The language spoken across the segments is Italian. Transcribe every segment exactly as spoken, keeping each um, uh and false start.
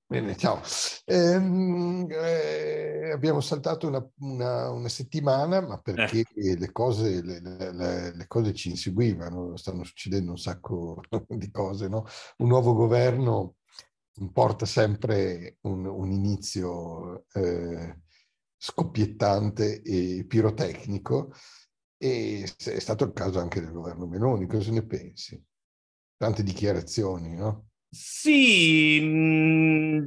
Bene, ciao. Ehm, eh, abbiamo saltato una, una- una settimana, ma Eh, perché le cose, le, le- le cose ci inseguivano, stanno succedendo un sacco di cose, no? Un nuovo governo porta sempre un, un inizio eh, scoppiettante e pirotecnico, e è stato il caso anche del governo Meloni. Cosa ne pensi? Tante dichiarazioni, no? sì, mh,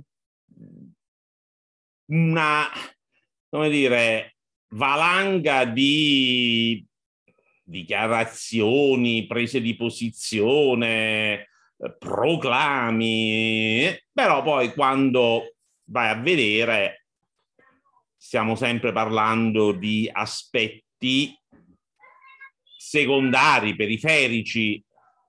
una, come dire, valanga di dichiarazioni, prese di posizione, eh, proclami, eh, però poi quando vai a vedere stiamo sempre parlando di aspetti secondari, periferici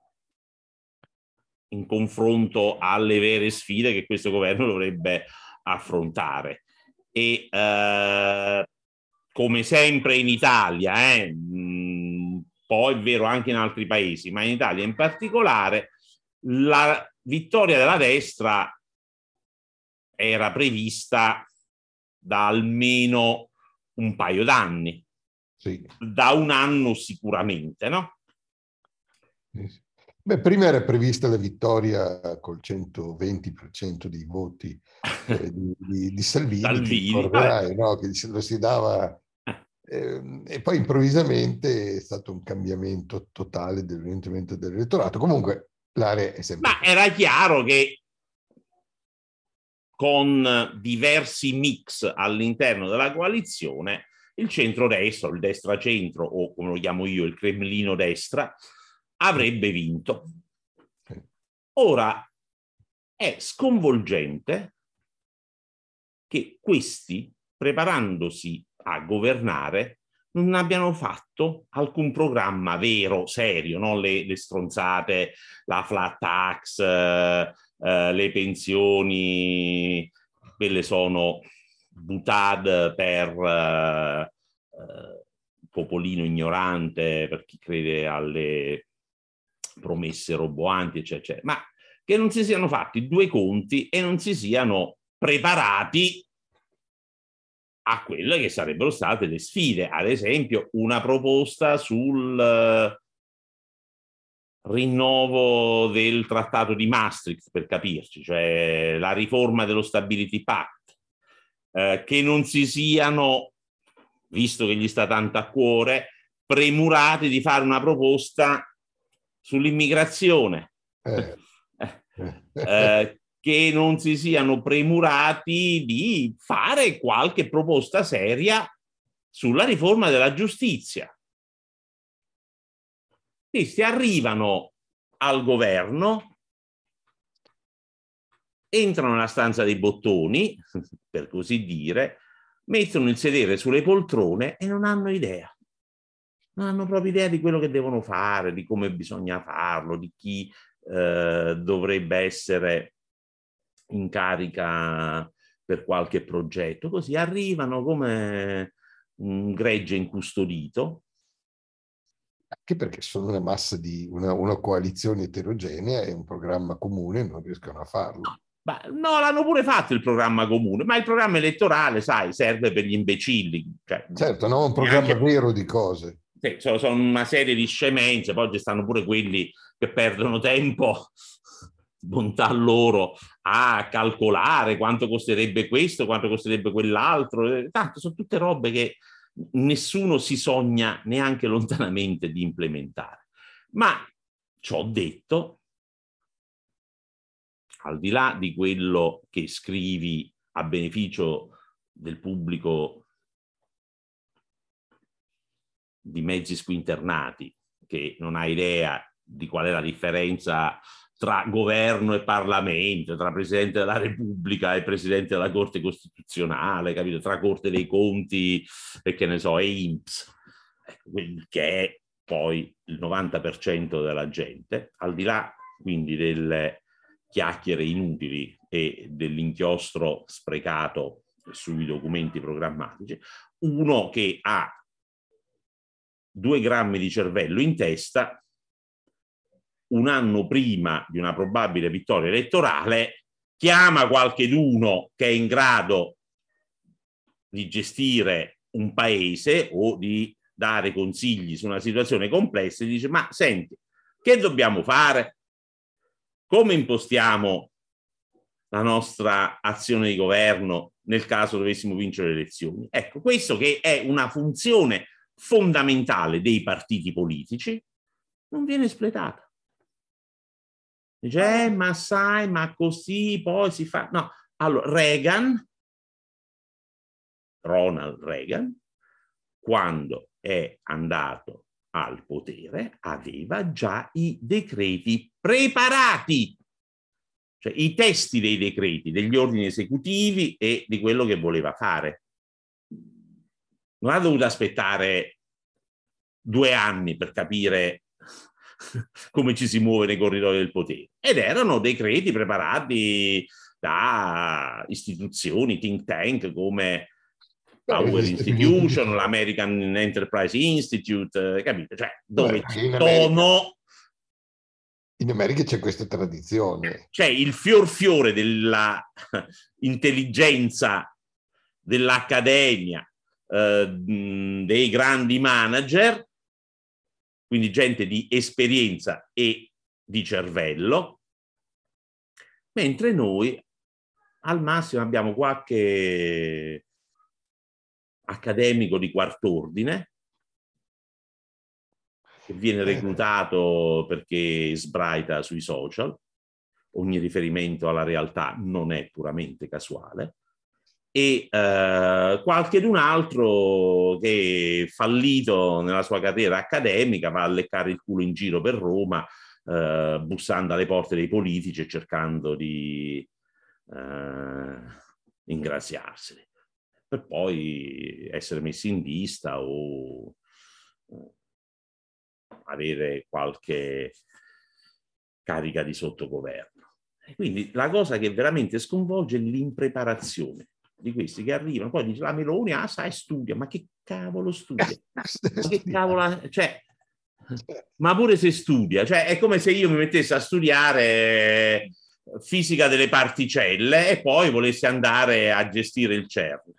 in confronto alle vere sfide che questo governo dovrebbe affrontare. E eh, come sempre in Italia, eh, mh, poi è vero anche in altri paesi, ma in Italia in particolare, la vittoria della destra era prevista da almeno un paio d'anni, Sì. da un anno sicuramente, no? Sì, sì. Beh, prima era prevista la vittoria col centoventi per cento dei voti eh, di, di- di Salvini, ti Salvini, vabbè. ricorderai, no? Che se lo si dava, ehm, e poi improvvisamente è stato un cambiamento totale dell'orientamento dell'elettorato. Comunque l'area è sempre Ma quella. era chiaro che con diversi mix all'interno della coalizione, il centro-destra, il destra-centro, o come lo chiamo io, il Cremlino destra, avrebbe vinto. Sì. Ora è sconvolgente che questi, preparandosi a governare, non abbiano fatto alcun programma vero, serio, no? le, le stronzate, la flat tax, eh, eh, le pensioni, quelle sono butade per eh, eh, popolino ignorante, per chi crede alle promesse roboanti, eccetera, ma che non si siano fatti due conti e non si siano preparati a quelle che sarebbero state le sfide. Ad esempio, una proposta sul eh, rinnovo del trattato di Maastricht, per capirci, cioè la riforma dello Stability Pact, eh, che non si siano, visto che gli sta tanto a cuore, premurati di fare una proposta sull'immigrazione. Eh, eh, che non si siano premurati di fare qualche proposta seria sulla riforma della giustizia. Questi arrivano al governo, entrano nella stanza dei bottoni, per così dire, mettono il sedere sulle poltrone e non hanno idea. Non hanno proprio idea di quello che devono fare, di come bisogna farlo, di chi eh, dovrebbe essere in carica per qualche progetto. Così arrivano come un gregge incustodito. anche perché sono una massa di una, una coalizione eterogenea e un programma comune non riescono a farlo. Ma no, l'hanno pure fatto il programma comune, ma il programma elettorale, sai, serve per gli imbecilli. Cioè, Certo, no, un programma neanche, vero di cose. sì, sono, sono una serie di scemenze, poi ci stanno pure quelli che perdono tempo, bontà loro, a calcolare quanto costerebbe questo, quanto costerebbe quell'altro. Tanto sono tutte robe che nessuno si sogna neanche lontanamente di implementare. Ma ciò detto, al di là di quello che scrivi a beneficio del pubblico di mezzi squinternati, che non ha idea di qual è la differenza tra governo e Parlamento, tra Presidente della Repubblica e Presidente della Corte Costituzionale, capito? Tra Corte dei Conti e che ne so, e I N P S, che è poi il novanta per cento della gente, al di là quindi delle chiacchiere inutili e dell'inchiostro sprecato sui documenti programmatici, uno che ha due grammi di cervello in testa, un anno prima di una probabile vittoria elettorale, chiama qualcheduno che è in grado di gestire un paese o di dare consigli su una situazione complessa e dice: ma senti, che dobbiamo fare? Come impostiamo la nostra azione di governo nel caso dovessimo vincere le elezioni? Ecco, questo che è una funzione fondamentale dei partiti politici non viene espletata. Dice, eh, ma sai, ma così poi si fa... No, allora, Reagan, Ronald Reagan, quando è andato al potere, aveva già i decreti preparati, cioè i testi dei decreti, degli ordini esecutivi e di quello che voleva fare. Non ha dovuto aspettare due anni per capire come ci si muove nei corridoi del potere. Ed erano decreti preparati da istituzioni, think tank come Power Institution, l'American Enterprise Institute, capite? Cioè, dove sono... In America c'è questa tradizione. C'è il fior fiore della intelligenza dell'accademia, eh, dei grandi manager, quindi gente di esperienza e di cervello, mentre noi al massimo abbiamo qualche accademico di quart'ordine che viene reclutato perché sbraita sui social. Ogni riferimento alla realtà non è puramente casuale. E eh, qualche d'un altro che, fallito nella sua carriera accademica, va a leccare il culo in giro per Roma, eh, bussando alle porte dei politici e cercando di eh, ingraziarseli, per poi essere messi in lista o eh, avere qualche carica di sottogoverno. E quindi la cosa che veramente sconvolge è l'impreparazione di questi che arrivano, poi dice la Meloni, ah sai, studia, ma che cavolo studia? Ma che cavolo, cioè, ma pure se studia, cioè è come se io mi mettessi a studiare fisica delle particelle e poi volessi andare a gestire il CERN.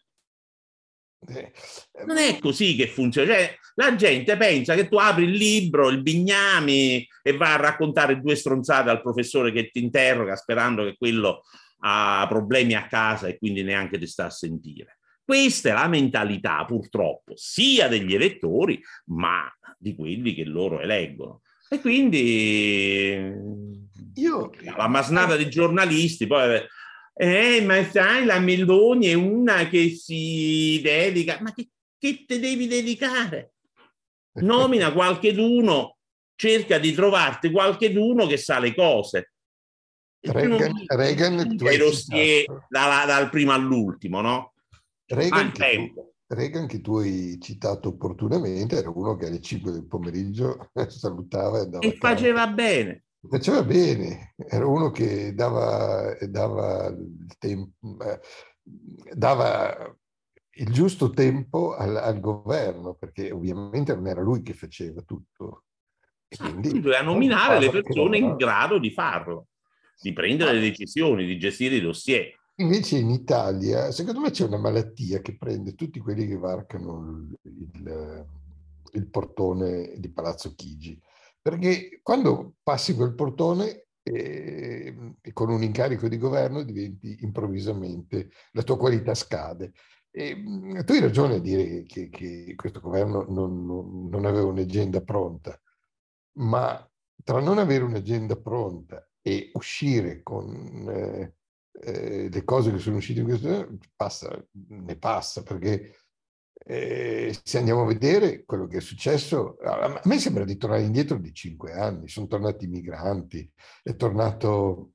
Non è così che funziona, cioè, la gente pensa che tu apri il libro, il bignami e vai a raccontare due stronzate al professore che ti interroga sperando che quello ha problemi a casa e quindi neanche ti sta a sentire. Questa è la mentalità, purtroppo, sia degli elettori, ma di quelli che loro eleggono. E quindi io, la masnada di giornalisti, poi, eh, ma sai, la Meloni è una che si dedica, ma che, che te devi dedicare? Nomina qualcheduno, cerca di trovarti qualcheduno che sa le cose. Reagan, Reagan tu hai dossier dal, dal primo all'ultimo, no? Reagan che, tu, Reagan che tu hai citato opportunamente era uno che alle cinque del pomeriggio salutava e andava e faceva bene. Faceva bene, era uno che dava, dava, il tempo, dava il giusto tempo al, al governo, perché ovviamente non era lui che faceva tutto. E quindi doveva nominare le persone in grado di farlo, di prendere le decisioni, di gestire i dossier. Invece in Italia, secondo me c'è una malattia che prende tutti quelli che varcano il, il, il portone di Palazzo Chigi, perché quando passi quel portone eh, con un incarico di governo diventi improvvisamente, la tua qualità scade. E, tu hai ragione a dire che, che questo governo non, non, non aveva un'agenda pronta, ma tra non avere un'agenda pronta e uscire con... Eh, Eh, le cose che sono uscite in questo passa, ne passa, perché eh, se andiamo a vedere quello che è successo, a me sembra di tornare indietro di cinque anni, sono tornati i migranti, è tornato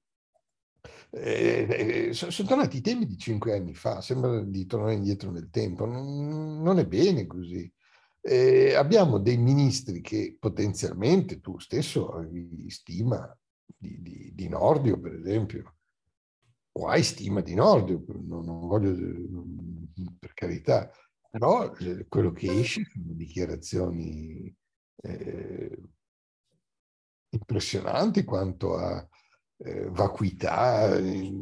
eh, sono, sono tornati i temi di cinque anni fa, sembra di tornare indietro nel tempo, non, non è bene così. Eh, abbiamo dei ministri che potenzialmente tu stesso avevi stima di, di, di Nordio, per esempio, o hai stima di Nordio, non, non voglio, per carità, però quello che esce sono dichiarazioni eh, impressionanti quanto a eh, vacuità,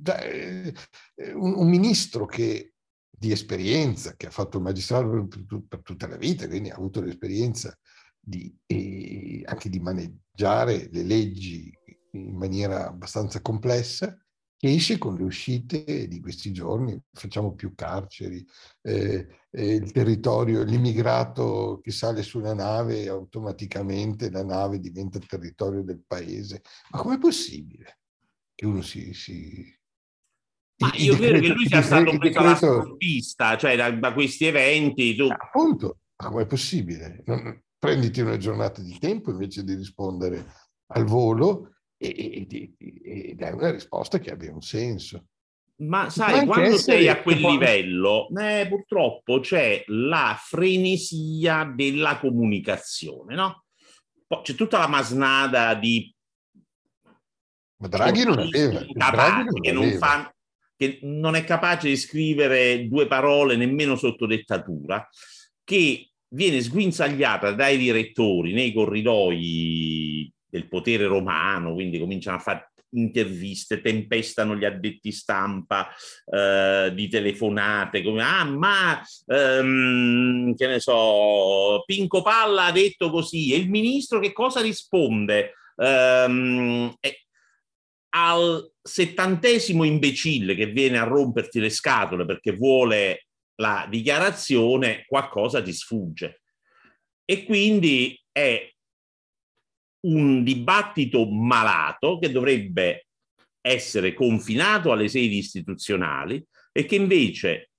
cioè, un, un ministro che di esperienza, che ha fatto il magistrato per, per tutta la vita, quindi ha avuto l'esperienza di, eh, anche di maneggiare le leggi in maniera abbastanza complessa, che esce con le uscite di questi giorni: facciamo più carceri, eh, eh, il territorio, l'immigrato che sale su una nave, automaticamente la nave diventa il territorio del paese. Ma com'è possibile che uno si... si... Ma Il, il io credo che decreto, lui il sia decreto, stato il preso alla decreto sprovvista, cioè da, da questi eventi. Tu... appunto, ma com'è possibile? Non, prenditi una giornata di tempo invece di rispondere al volo e, e, e, e dai una risposta che abbia un senso. Ma Ci può sai, anche quando sei a essere, quel può anche... livello, eh, purtroppo c'è la frenesia della comunicazione, no? Poi c'è tutta la masnada di Ma Draghi non giornalisti aveva, Draghi incapaci non che non aveva. fanno, che non è capace di scrivere due parole nemmeno sotto dettatura, che viene sguinzagliata dai direttori nei corridoi del potere romano, quindi cominciano a fare interviste, tempestano gli addetti stampa eh, di telefonate, come ah ma ehm, che ne so, Pinco Palla ha detto così, e il ministro che cosa risponde? Um, e al settantesimo imbecille che viene a romperti le scatole perché vuole la dichiarazione, qualcosa ti sfugge. E quindi è un dibattito malato che dovrebbe essere confinato alle sedi istituzionali e che invece,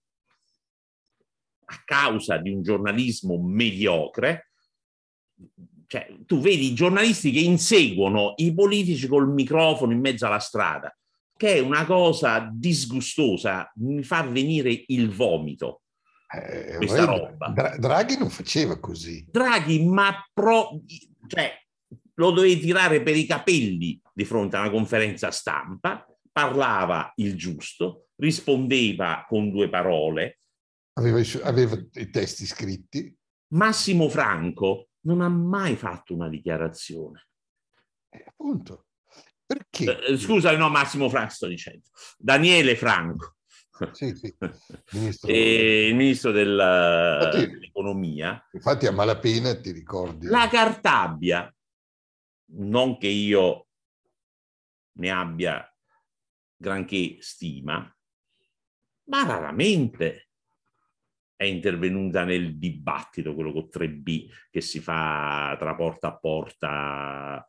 a causa di un giornalismo mediocre, cioè, tu vedi i giornalisti che inseguono i politici col microfono in mezzo alla strada, che è una cosa disgustosa, mi fa venire il vomito, È questa orribile. roba. Dra- Draghi non faceva così. Draghi, ma pro, cioè, lo dovevi tirare per i capelli di fronte a una conferenza stampa, parlava il giusto, rispondeva con due parole. Aveva i, su- aveva i testi scritti. Massimo Franco non ha mai fatto una dichiarazione. Eh, appunto. Perché? Eh, scusa, no, Massimo Franco sto dicendo. Daniele Franco. Sì, sì, ministro. E il ministro del, Infatti, dell'economia. infatti a malapena ti ricordi. La Cartabia, non che io ne abbia granché stima, ma raramente è intervenuta nel dibattito, quello con tre B che si fa tra porta a porta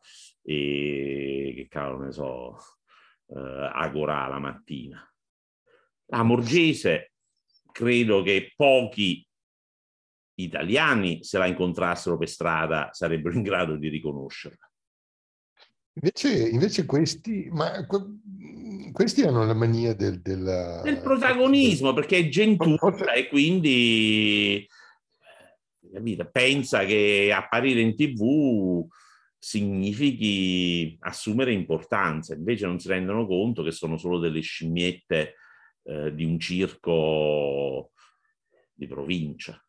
e che cavolo ne so, eh, Agorà la mattina. La Morgese, credo che pochi italiani, se la incontrassero per strada, sarebbero in grado di riconoscerla. Invece, invece questi, ma questi hanno la mania del, della, Del protagonismo, perché è gentuza e quindi capito, pensa che apparire in tivù significhi assumere importanza, invece non si rendono conto che sono solo delle scimmiette eh, di un circo di provincia.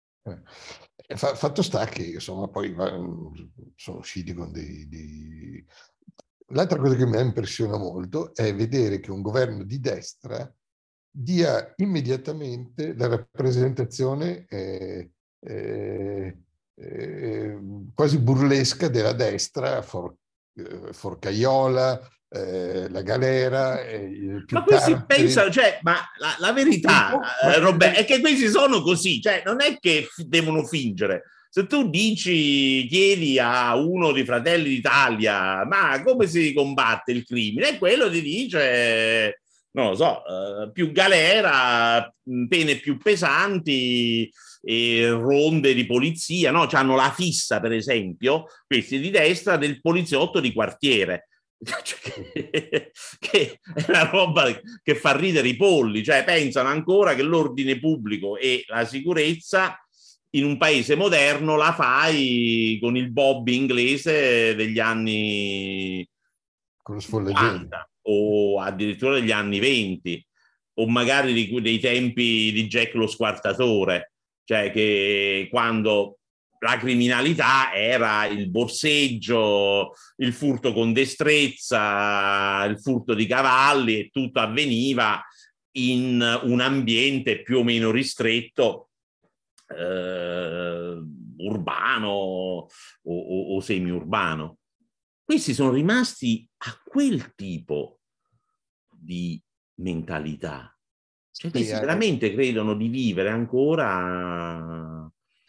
Eh, fatto sta che insomma poi va, sono usciti con dei, dei... L'altra cosa che mi impressiona molto è vedere che un governo di destra dia immediatamente la rappresentazione eh, eh, eh, quasi burlesca della destra, for, eh, Forcaiola, eh, la Galera, eh, più Ma questi carceri. pensano, cioè, ma la, la verità, eh, Roberto, è che questi sono così, cioè non è che f- devono fingere. Se tu dici, chiedi a uno dei Fratelli d'Italia, ma come si combatte il crimine? E quello ti dice, non lo so, eh, più galera, pene più pesanti, e ronde di polizia, no? Hanno la fissa, per esempio, questi di destra, del poliziotto di quartiere. Che, che è una roba che fa ridere i polli, cioè pensano ancora che l'ordine pubblico e la sicurezza in un paese moderno la fai con il Bobby inglese degli anni con lo sfollagente cinquanta o addirittura degli anni venti o magari di, dei tempi di Jack lo Squartatore, cioè che quando la criminalità era il borseggio, il furto con destrezza, il furto di cavalli, e tutto avveniva in un ambiente più o meno ristretto, eh, urbano o, o, o semi-urbano. Questi sono rimasti a quel tipo di mentalità. Cioè, questi Sì, veramente credono di vivere ancora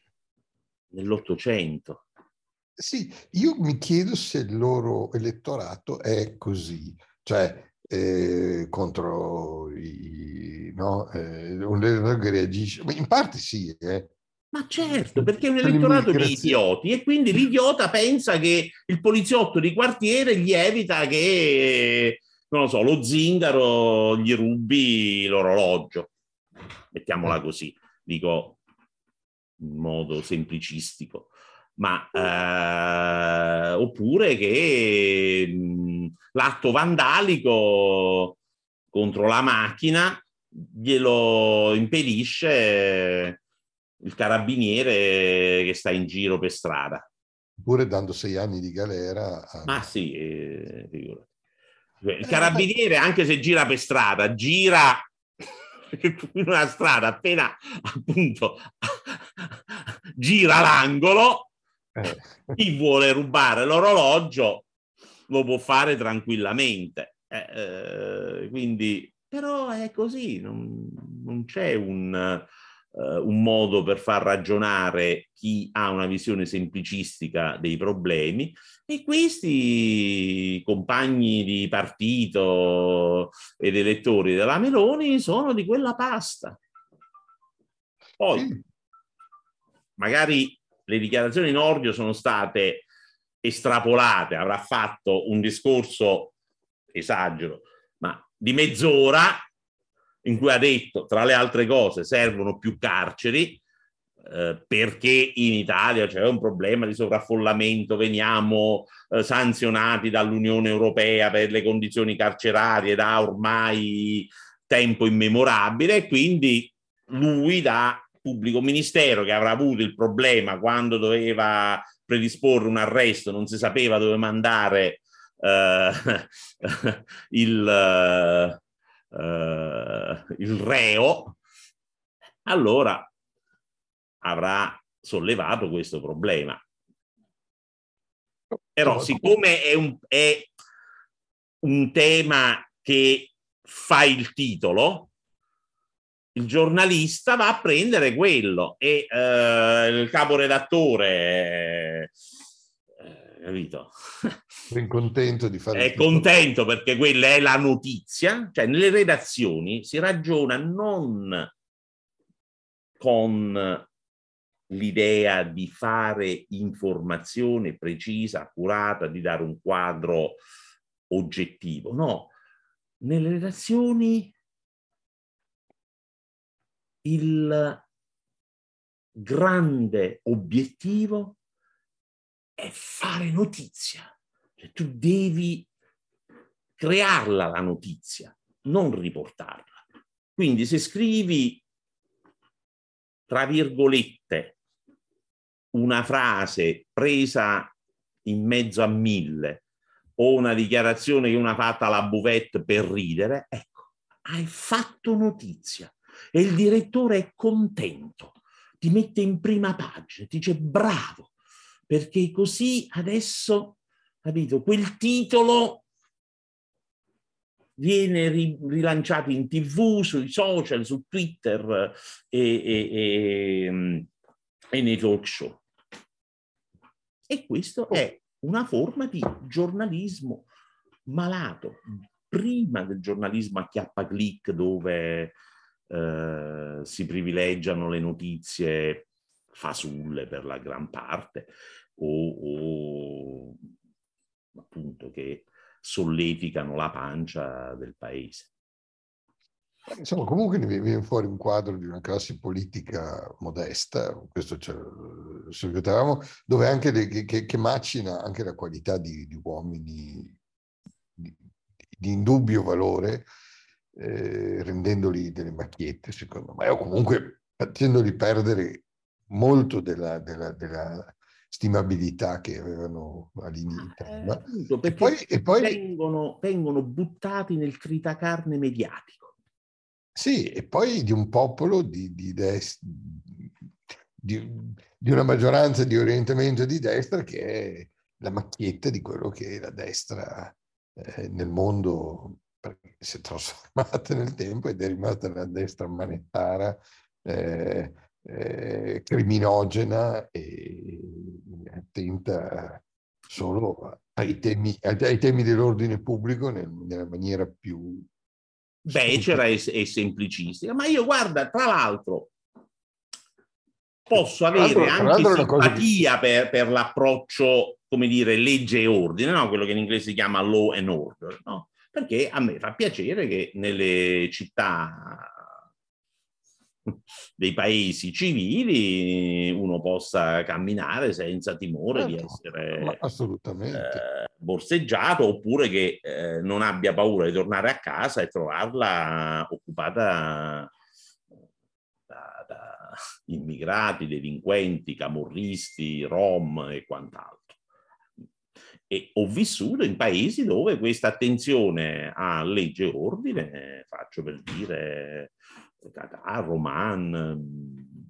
nell'Ottocento. Sì, io mi chiedo se il loro elettorato è così, cioè eh, contro i, no, eh, un elettorato che reagisce, ma in parte sì, eh. Ma certo, perché è un C'è elettorato di l'immigrazione. idioti, e quindi l'idiota pensa che il poliziotto di quartiere gli evita che, non lo so, lo zingaro gli rubi l'orologio. Mettiamola così, dico in modo semplicistico. Ma eh, oppure che mh, l'atto vandalico contro la macchina glielo impedisce il carabiniere che sta in giro per strada. Pure dando sei anni di galera. A... Ma sì, eh, figurati. Il Eh, beh, carabiniere, anche se gira per strada, gira in una strada, appena appunto gira l'angolo, eh. chi vuole rubare l'orologio lo può fare tranquillamente. Eh, eh, quindi, però è così, non, non c'è un, uh, un modo per far ragionare chi ha una visione semplicistica dei problemi, e questi compagni di partito ed elettori della Meloni sono di quella pasta. Poi, Sì. magari le dichiarazioni Nordio sono state estrapolate, avrà fatto un discorso, esagero, ma di mezz'ora, in cui ha detto, tra le altre cose, servono più carceri, eh, perché in Italia c'è un problema di sovraffollamento, veniamo eh, sanzionati dall'Unione Europea per le condizioni carcerarie da ormai tempo immemorabile, e quindi lui da pubblico ministero, che avrà avuto il problema quando doveva predisporre un arresto, non si sapeva dove mandare eh, il, eh, il reo, allora avrà sollevato questo problema. Però siccome è un, è un tema che fa il titolo, il giornalista va a prendere quello, e eh, il caporedattore, eh, capito? Ben contento di fare il È titolo. contento perché quella è la notizia. Cioè, nelle redazioni si ragiona non con l'idea di fare informazione precisa, accurata, di dare un quadro oggettivo. No, nelle redazioni il grande obiettivo è fare notizia. Cioè, tu devi crearla la notizia, non riportarla. Quindi se scrivi, tra virgolette, una frase presa in mezzo a mille, o una dichiarazione che una ha fatta alla buvette per ridere, ecco, hai fatto notizia, e il direttore è contento, ti mette in prima pagina, ti dice bravo, perché così adesso, capito, quel titolo viene ri- rilanciato in tv, sui social, su Twitter e, e, e, e nei talk show. E questo è una forma di giornalismo malato, prima del giornalismo a chiappa-clic, dove eh, si privilegiano le notizie fasulle per la gran parte, o, o appunto che solleticano la pancia del paese. Insomma, comunque ne viene fuori un quadro di una classe politica modesta, questo ce lo ripetevamo, dove anche le, che, che macina anche la qualità di, di uomini di, di indubbio valore, eh, rendendoli delle macchiette, secondo me, o comunque facendoli perdere molto della, della, della stimabilità che avevano all'inizio. Eh, Ma, appunto, e perché poi, e poi vengono, vengono buttati nel tritacarne mediatico. sì, e poi di un popolo di, di, des- di, di una maggioranza di orientamento di destra che è la macchietta di quello che è la destra eh, nel mondo, perché si è trasformata nel tempo ed è rimasta la destra manettara, eh, eh, criminogena e attenta solo ai temi, ai, ai temi dell'ordine pubblico nel, nella maniera più Becera stupida. e, e semplicistica. Ma io, guarda, tra l'altro, posso Tra avere l'altro, tra anche l'altro è una cosa che... simpatia per, per l'approccio, come dire, legge e ordine, no? Quello che in inglese si chiama law and order, no? Perché a me fa piacere che nelle città dei paesi civili uno possa camminare senza timore di Certo, ma essere assolutamente. eh, borseggiato, oppure che eh, non abbia paura di tornare a casa e trovarla occupata da, da immigrati, delinquenti, camorristi, rom e quant'altro. E ho vissuto in paesi dove questa attenzione a legge e ordine, faccio per dire Qatar, Oman,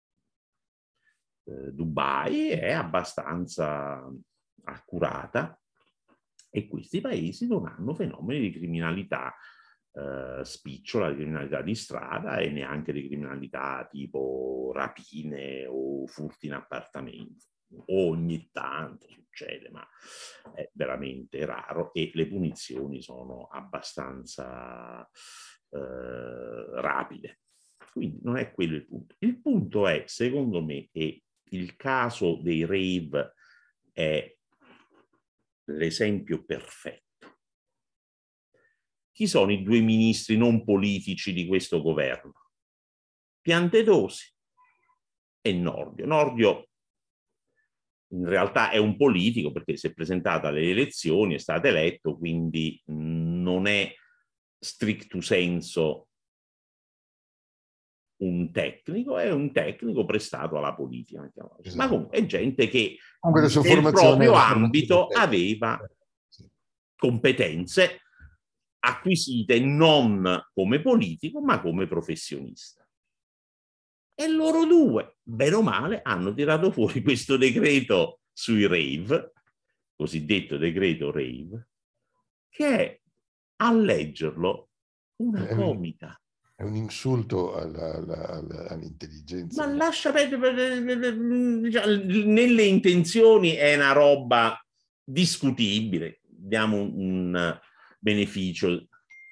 eh, Dubai, è abbastanza accurata, e questi paesi non hanno fenomeni di criminalità eh, spicciola, di criminalità di strada, e neanche di criminalità tipo rapine o furti in appartamento. Ogni tanto succede, ma è veramente raro, e le punizioni sono abbastanza eh, rapide. Quindi non è quello il punto. Il punto è, secondo me, che il caso dei rave è l'esempio perfetto. Chi sono i due ministri non politici di questo governo? Piantedosi e Nordio. Nordio in realtà è un politico perché si è presentato alle elezioni, è stato eletto, quindi non è stricto senso un tecnico, è un tecnico prestato alla politica. Ma Esatto. comunque è gente che Comunque la sua nel formazione è proprio una formazione ambito tecnica. aveva Sì. competenze acquisite non come politico, ma come professionista. E loro due, bene o male, hanno tirato fuori questo decreto sui rave, cosiddetto decreto rave, che è, a leggerlo, una È un, comica. è un insulto alla, alla, alla, all'intelligenza Ma umana. lascia perdere, nelle intenzioni è una roba discutibile, diamo un beneficio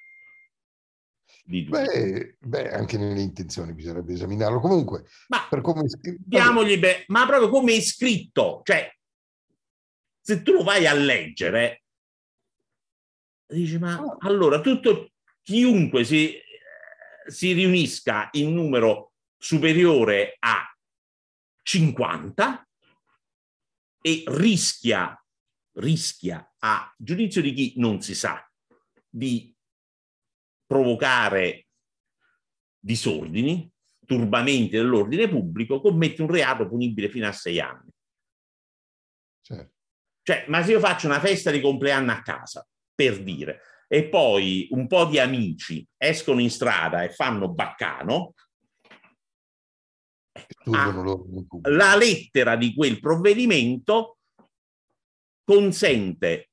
di dubbio. Beh, beh, anche nelle intenzioni bisognerebbe esaminarlo. Comunque, Ma per come... Vabbè, diamogli, be- ma proprio come è scritto, cioè, se tu lo vai a leggere, dici, ma no, allora tutto, chiunque si, si riunisca in numero superiore a cinquanta e rischia, rischia a giudizio di chi non si sa, di provocare disordini, turbamenti dell'ordine pubblico, commette un reato punibile fino a sei anni. certo. Cioè, ma se io faccio una festa di compleanno a casa, per dire, e poi un po' di amici escono in strada e fanno baccano, Disturbano l'ordine pubblico. la lettera di quel provvedimento consente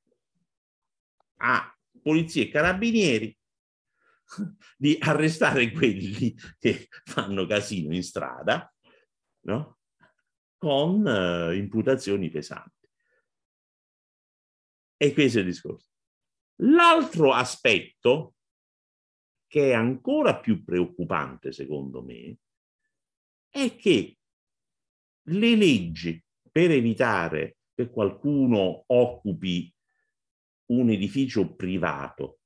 a polizia e carabinieri di arrestare quelli che fanno casino in strada, no? Con uh, imputazioni pesanti. E questo è il discorso. L'altro aspetto, che è ancora più preoccupante secondo me, è che le leggi per evitare che qualcuno occupi un edificio privato,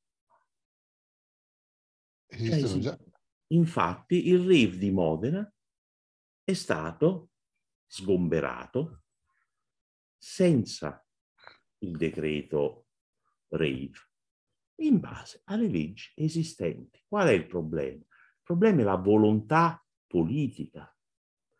cioè, Esistono già. infatti il rave di Modena è stato sgomberato senza il decreto rave, in base alle leggi esistenti. Qual è il problema? Il problema è la volontà politica.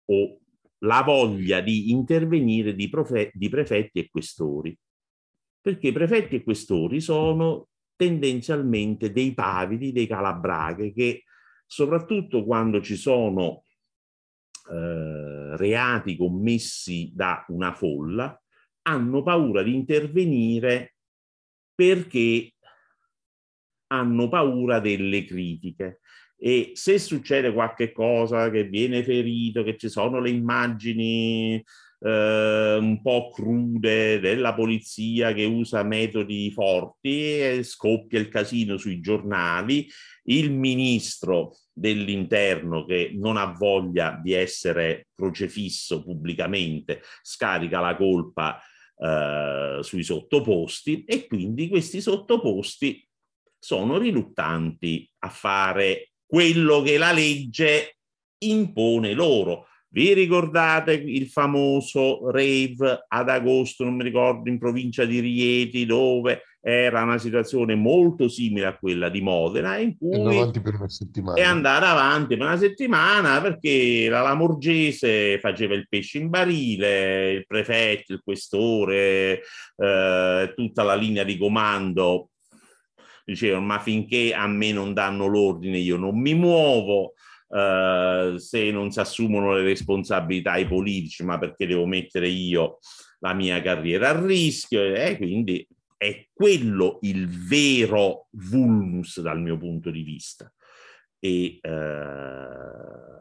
o la voglia di intervenire di, profe- di prefetti e questori, perché prefetti e questori sono tendenzialmente dei pavidi, dei calabraghe che, soprattutto quando ci sono eh, reati commessi da una folla, hanno paura di intervenire perché hanno paura delle critiche. E se succede qualche cosa, che viene ferito, che ci sono le immagini eh, un po' crude della polizia che usa metodi forti, e scoppia il casino sui giornali, il ministro dell'interno, che non ha voglia di essere crocefisso pubblicamente, scarica la colpa eh, sui sottoposti, e quindi questi sottoposti sono riluttanti a fare quello che la legge impone loro. Vi ricordate il famoso rave ad agosto, non mi ricordo, in provincia di Rieti, dove era una situazione molto simile a quella di Modena, in Andò cui avanti per una è settimana. andata avanti per una settimana perché la Lamorgese faceva il pesce in barile, il prefetto, il questore, eh, tutta la linea di comando dicevano: ma finché a me non danno l'ordine io non mi muovo, eh, se non si assumono le responsabilità i politici, ma perché devo mettere io la mia carriera a rischio? E eh, quindi è quello il vero vulnus dal mio punto di vista. E eh,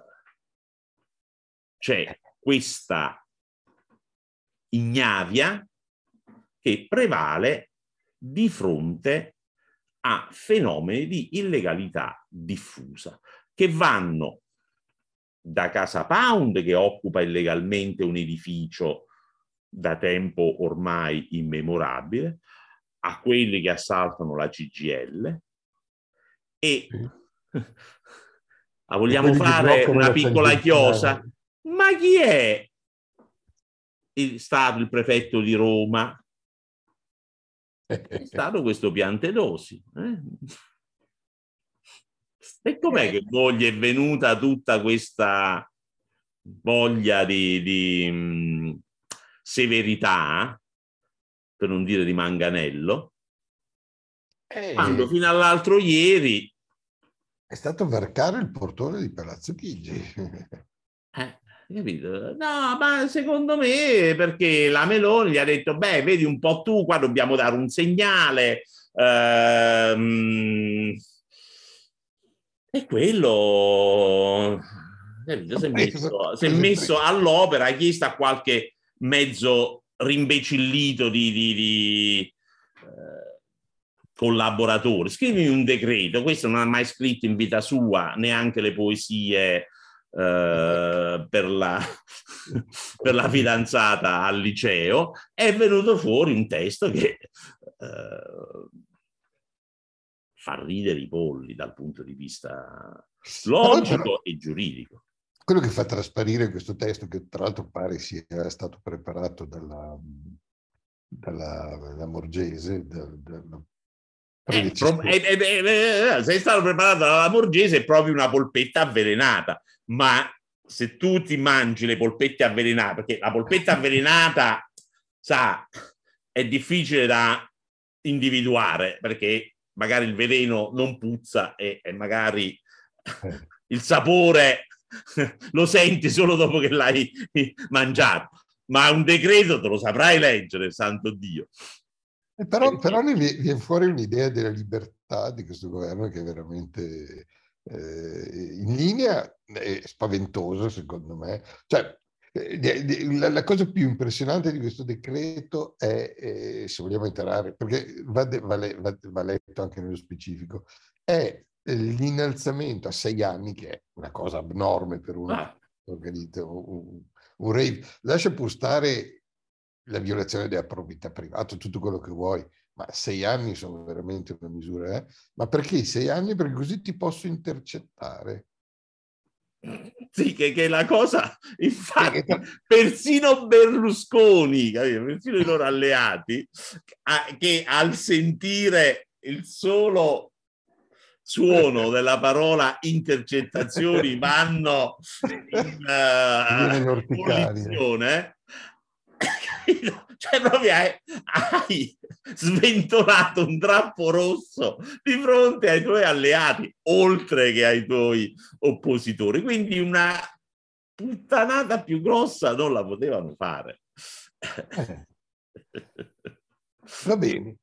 c'è questa ignavia che prevale di fronte a fenomeni di illegalità diffusa, che vanno da Casa Pound, che occupa illegalmente un edificio da tempo ormai immemorabile, a quelli che assaltano la C G I L, e Sì. la vogliamo E fare una piccola chiosa? Tangentale. Ma chi è il stato, il prefetto di Roma? È stato questo Piantedosi. Eh? E com'è che poi gli è venuta tutta questa voglia di, di mh, severità, per non dire di manganello, quando Eh, fino all'altro ieri è stato varcare il portone di Palazzo Chigi. eh, capito? No, ma secondo me perché la Meloni gli ha detto: beh, vedi un po' tu, qua dobbiamo dare un segnale. Ehm, e quello capito, si è Preso, messo, si è preso in messo presa. all'opera, ha chiesto a qualche mezzo rimbecillito di, di, di eh, collaboratori: scrivi un decreto. Questo non ha mai scritto in vita sua neanche le poesie Uh, per, la, per la fidanzata al liceo. È venuto fuori un testo che uh, fa ridere i polli dal punto di vista Però, però logico e giuridico. quello che fa trasparire questo testo, che tra l'altro pare sia stato preparato dalla, dalla, dalla Morgese, da, dalla Eh, pro- predecessore. eh, eh, eh, sei stato preparato dalla Morgese, è proprio una polpetta avvelenata. Ma se tu ti mangi le polpette avvelenate, perché la polpetta avvelenata, sa, è difficile da individuare, perché magari il veleno non puzza e, e magari Eh. il sapore lo senti solo dopo che l'hai mangiato. Ma un decreto te lo saprai leggere, santo Dio. Però, però ne viene fuori un'idea della libertà di questo governo che è veramente eh, in linea, è spaventosa secondo me. Cioè, eh, la, la cosa più impressionante di questo decreto è, eh, se vogliamo entrare, perché va, va, va, va letto anche nello specifico, è l'innalzamento a sei anni, che è una cosa abnorme per uno Ah. che organizza un, un rave. Lascia pur stare la violazione della proprietà privata, tutto quello che vuoi, ma sei anni sono veramente una misura, eh? Ma perché sei anni? Perché così ti posso intercettare. Sì, che, che la cosa, infatti, Che, persino Berlusconi, capito? Persino i loro alleati, che al sentire il solo suono della parola intercettazioni vanno in uh, collizione, cioè proprio hai, hai sventolato un drappo rosso di fronte ai tuoi alleati, oltre che ai tuoi oppositori. Quindi una puttanata più grossa non la potevano fare. Eh. Va bene.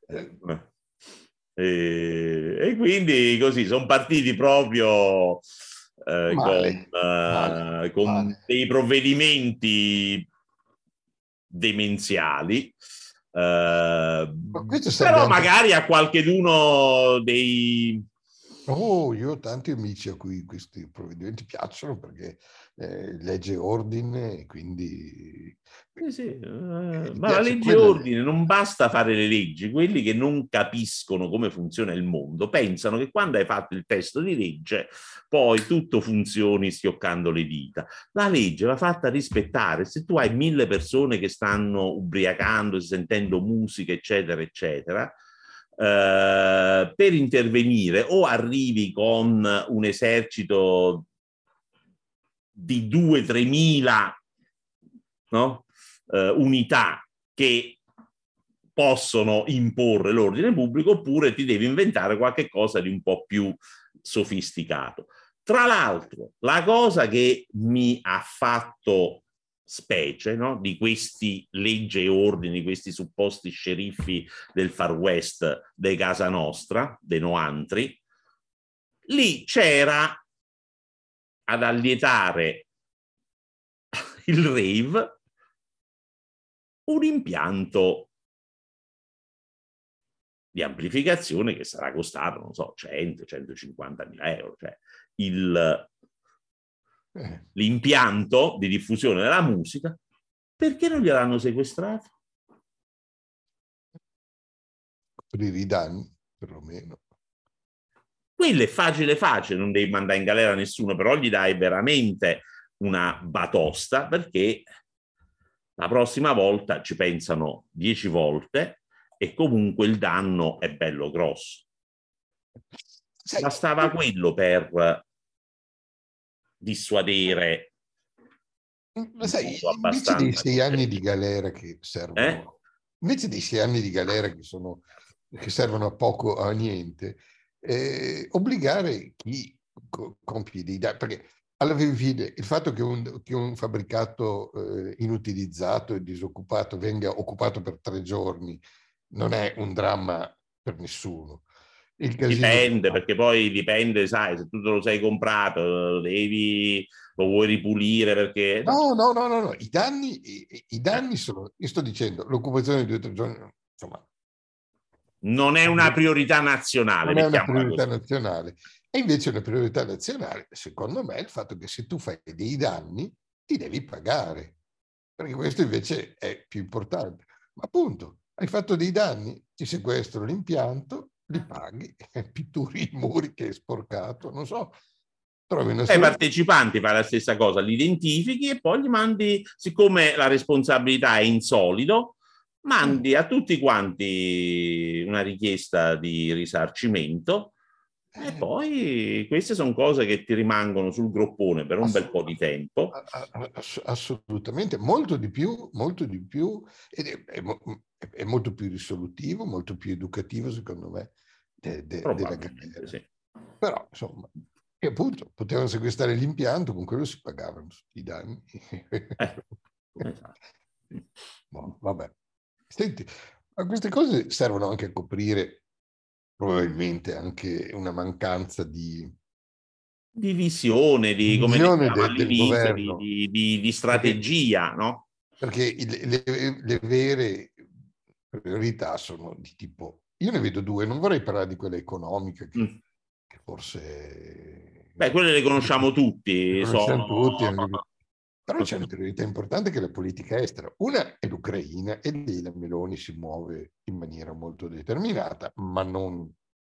E, e quindi così sono partiti proprio eh, Male, con, male, eh, con male. dei provvedimenti demenziali. Eh, questo serve però anche... magari a qualcheduno dei... Oh, io ho tanti amici a cui questi provvedimenti piacciono perché eh, legge ordine e quindi... Sì, sì. Uh, ma la piace legge quella... ordine non basta fare le leggi. Quelli che non capiscono come funziona il mondo pensano che quando hai fatto il testo di legge poi tutto funzioni schioccando le dita. La legge va fatta rispettare. Se tu hai mille persone che stanno ubriacandosi, sentendo musica, eccetera, eccetera, uh, per intervenire o arrivi con un esercito di due tremila, no? Uh, unità che possono imporre l'ordine pubblico, oppure ti devi inventare qualche cosa di un po' più sofisticato. Tra l'altro, la cosa che mi ha fatto specie, no, di questi legge e ordini, questi supposti sceriffi del Far West de Casa Nostra, dei Noantri, lì c'era ad allietare il rave un impianto di amplificazione che sarà costato, non so, cento centocinquanta mila euro. Cioè il, eh. l'impianto di diffusione della musica, perché non gliel'hanno sequestrato? Coprire i danni, perlomeno. Quello è facile facile, non devi mandare in galera nessuno, però gli dai veramente una batosta, perché la prossima volta ci pensano dieci volte e comunque il danno è bello grosso. Sai, bastava quello per dissuadere. Ma sai, invece dei sei anni di galera che servono, eh? invece dei sei anni di galera che, sono, che servono a poco o a niente, eh, obbligare chi co- compie dei danni, perché alla fine il fatto che un, che un fabbricato eh, inutilizzato e disoccupato venga occupato per tre giorni non è un dramma per nessuno. Il Dipende, casino... perché poi dipende, sai, se tu te lo sei comprato, lo devi, lo vuoi ripulire perché... No, no, no, no, no. I danni, i, i danni sono, io sto dicendo, l'occupazione di due o tre giorni, insomma... Non è una priorità nazionale, Non è una mettiamola priorità così. nazionale. E invece una priorità nazionale, secondo me, è il fatto che se tu fai dei danni, ti devi pagare. Perché questo invece è più importante. Ma appunto, hai fatto dei danni, ti sequestro l'impianto, li paghi, pitturi i muri che hai sporcato, non so. Ai partecipanti fai la stessa cosa, li identifichi e poi gli mandi, siccome la responsabilità è in solido, mandi a tutti quanti una richiesta di risarcimento e poi queste sono cose che ti rimangono sul groppone per un bel po' di tempo. Assolutamente, molto di più, molto di più, ed è, è, è molto più risolutivo, molto più educativo, secondo me, de, de, della galera. Sì. Però, insomma, e appunto, potevano sequestrare l'impianto, con quello si pagavano tutti i danni. Eh, esatto. Boh, vabbè. Senti, ma queste cose servono anche a coprire probabilmente anche una mancanza di... di visione, di come visione dicevamo de, del all'inizio, di, governo. di, di, di strategia, perché, no? Perché le, le, le vere priorità sono di tipo... Io ne vedo due, non vorrei parlare di quella economica che, mm. che forse... Beh, quelle le conosciamo tutti. Le conosciamo sono... tutti, anche... però c'è una priorità importante che è la politica estera. Una è l'Ucraina e lì la Meloni si muove in maniera molto determinata, ma non,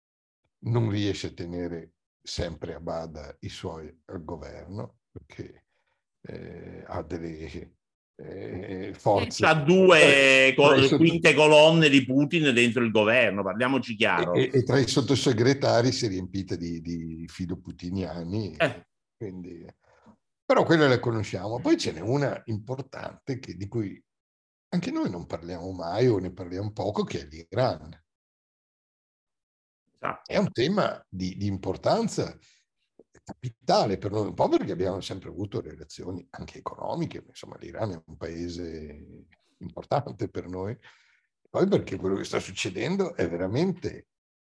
non riesce a tenere sempre a bada i suoi al governo, perché eh, ha delle eh, forze. C'ha due tra i co- sotto- quinte colonne di Putin dentro il governo, parliamoci chiaro. E, e tra i sottosegretari si è riempita di, di filoputiniani. Eh. Quindi, però quelle le conosciamo. Poi ce n'è una importante che, di cui anche noi non parliamo mai o ne parliamo poco, che è l'Iran. Esatto. È un tema di, di importanza capitale per noi, un po' perché abbiamo sempre avuto relazioni anche economiche, insomma l'Iran è un paese importante per noi, poi perché quello che sta succedendo è veramente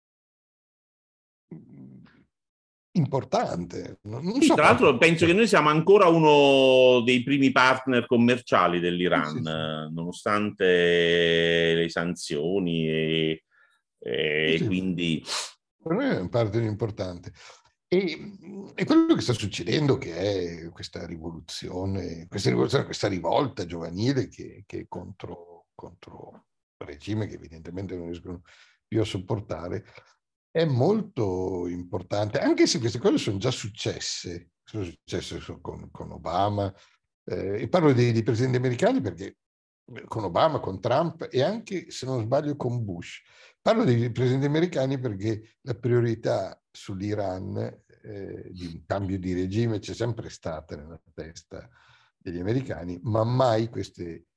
importante. Non Sì, so tra l'altro quanto... penso che noi siamo ancora uno dei primi partner commerciali dell'Iran, Sì, sì, sì. nonostante le sanzioni e, e Sì, sì. quindi... Per me è un partner importante. E, e quello che sta succedendo, che è questa rivoluzione, questa rivoluzione, questa rivolta giovanile che, che è contro, contro il regime che evidentemente non riescono più a sopportare, è molto importante, anche se queste cose sono già successe, sono successe con, con Obama, eh, e parlo dei, dei presidenti americani perché con Obama, con Trump e anche, se non sbaglio, con Bush. Parlo dei presidenti americani perché la priorità sull'Iran eh, di un cambio di regime c'è sempre stata nella testa degli americani, ma mai queste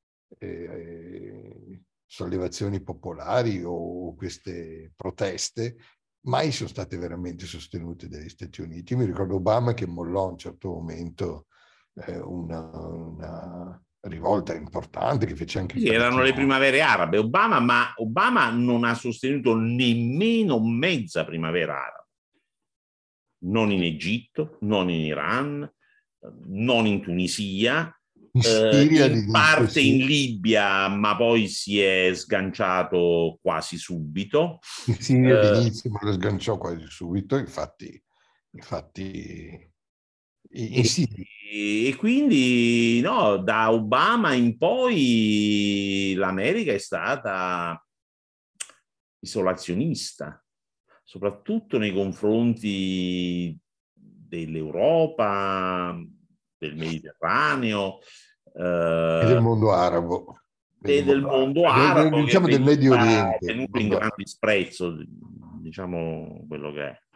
eh, sollevazioni popolari o queste proteste mai sono state veramente sostenute dagli Stati Uniti. Io mi ricordo Obama che mollò a un certo momento eh, una, una rivolta importante che fece anche Sì, erano le parecchio. primavere arabe. Obama, ma Obama non ha sostenuto nemmeno mezza primavera araba. Non in Egitto, non in Iran, non in Tunisia, In eh, Siria in all'inizio parte in sì, Libia, ma poi si è sganciato quasi subito. in Siria Eh, all'inizio me lo sganciò quasi subito, infatti, infatti in e, Siria. e quindi no, da Obama in poi l'America è stata isolazionista, soprattutto nei confronti dell'Europa, del Mediterraneo E del eh, mondo arabo, del e del mondo mondo arabo, arabo, che diciamo del Medio veniva Oriente, del tenuto in mondo grande arabo. disprezzo, diciamo quello che è.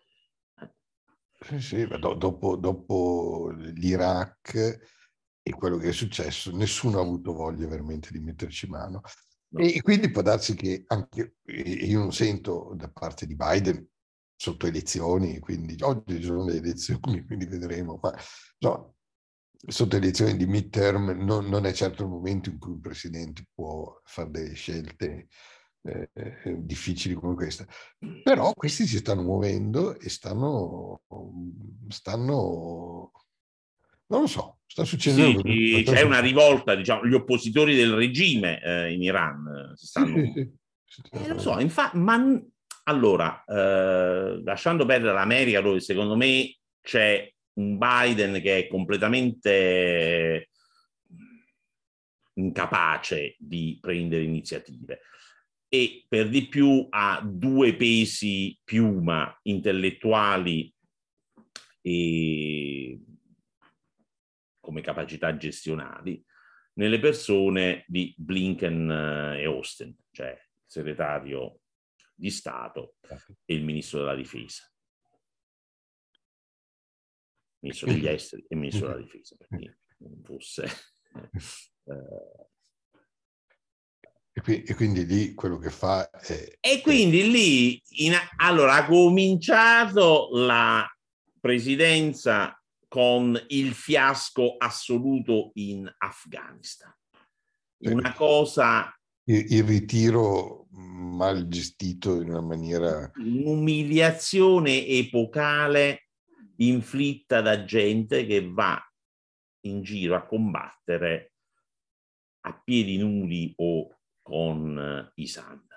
Sì, sì, ma do- dopo, dopo l'Iraq e quello che è successo, nessuno ha avuto voglia veramente di metterci mano. No. E, e quindi può darsi che anche io non sento da parte di Biden sotto elezioni, quindi oggi sono le elezioni, quindi vedremo, ma no, sotto elezioni di midterm non, non è certo il momento in cui un presidente può fare delle scelte eh, eh, difficili come questa. Però questi si stanno muovendo e stanno, stanno non lo so, sta Sì, succedendo. sì, Sta c'è una succedendo. rivolta, diciamo, gli oppositori del regime eh, in Iran eh, si Sì, sì, stanno... sì. Eh, lo so, infatti, ma allora, eh, lasciando perdere l'America, dove secondo me c'è un Biden che è completamente incapace di prendere iniziative e per di più ha due pesi piuma intellettuali e come capacità gestionali nelle persone di Blinken e Austin, cioè il segretario di Stato e il ministro della difesa. Ministro degli esteri e ministro della difesa, perché non fosse... eh, E quindi lì quello che fa è... E è... quindi lì, in, allora, ha cominciato la presidenza con il fiasco assoluto in Afghanistan. Una cosa... Il, il ritiro mal gestito in una maniera... Un'umiliazione epocale inflitta da gente che va in giro a combattere a piedi nudi o con i sandali.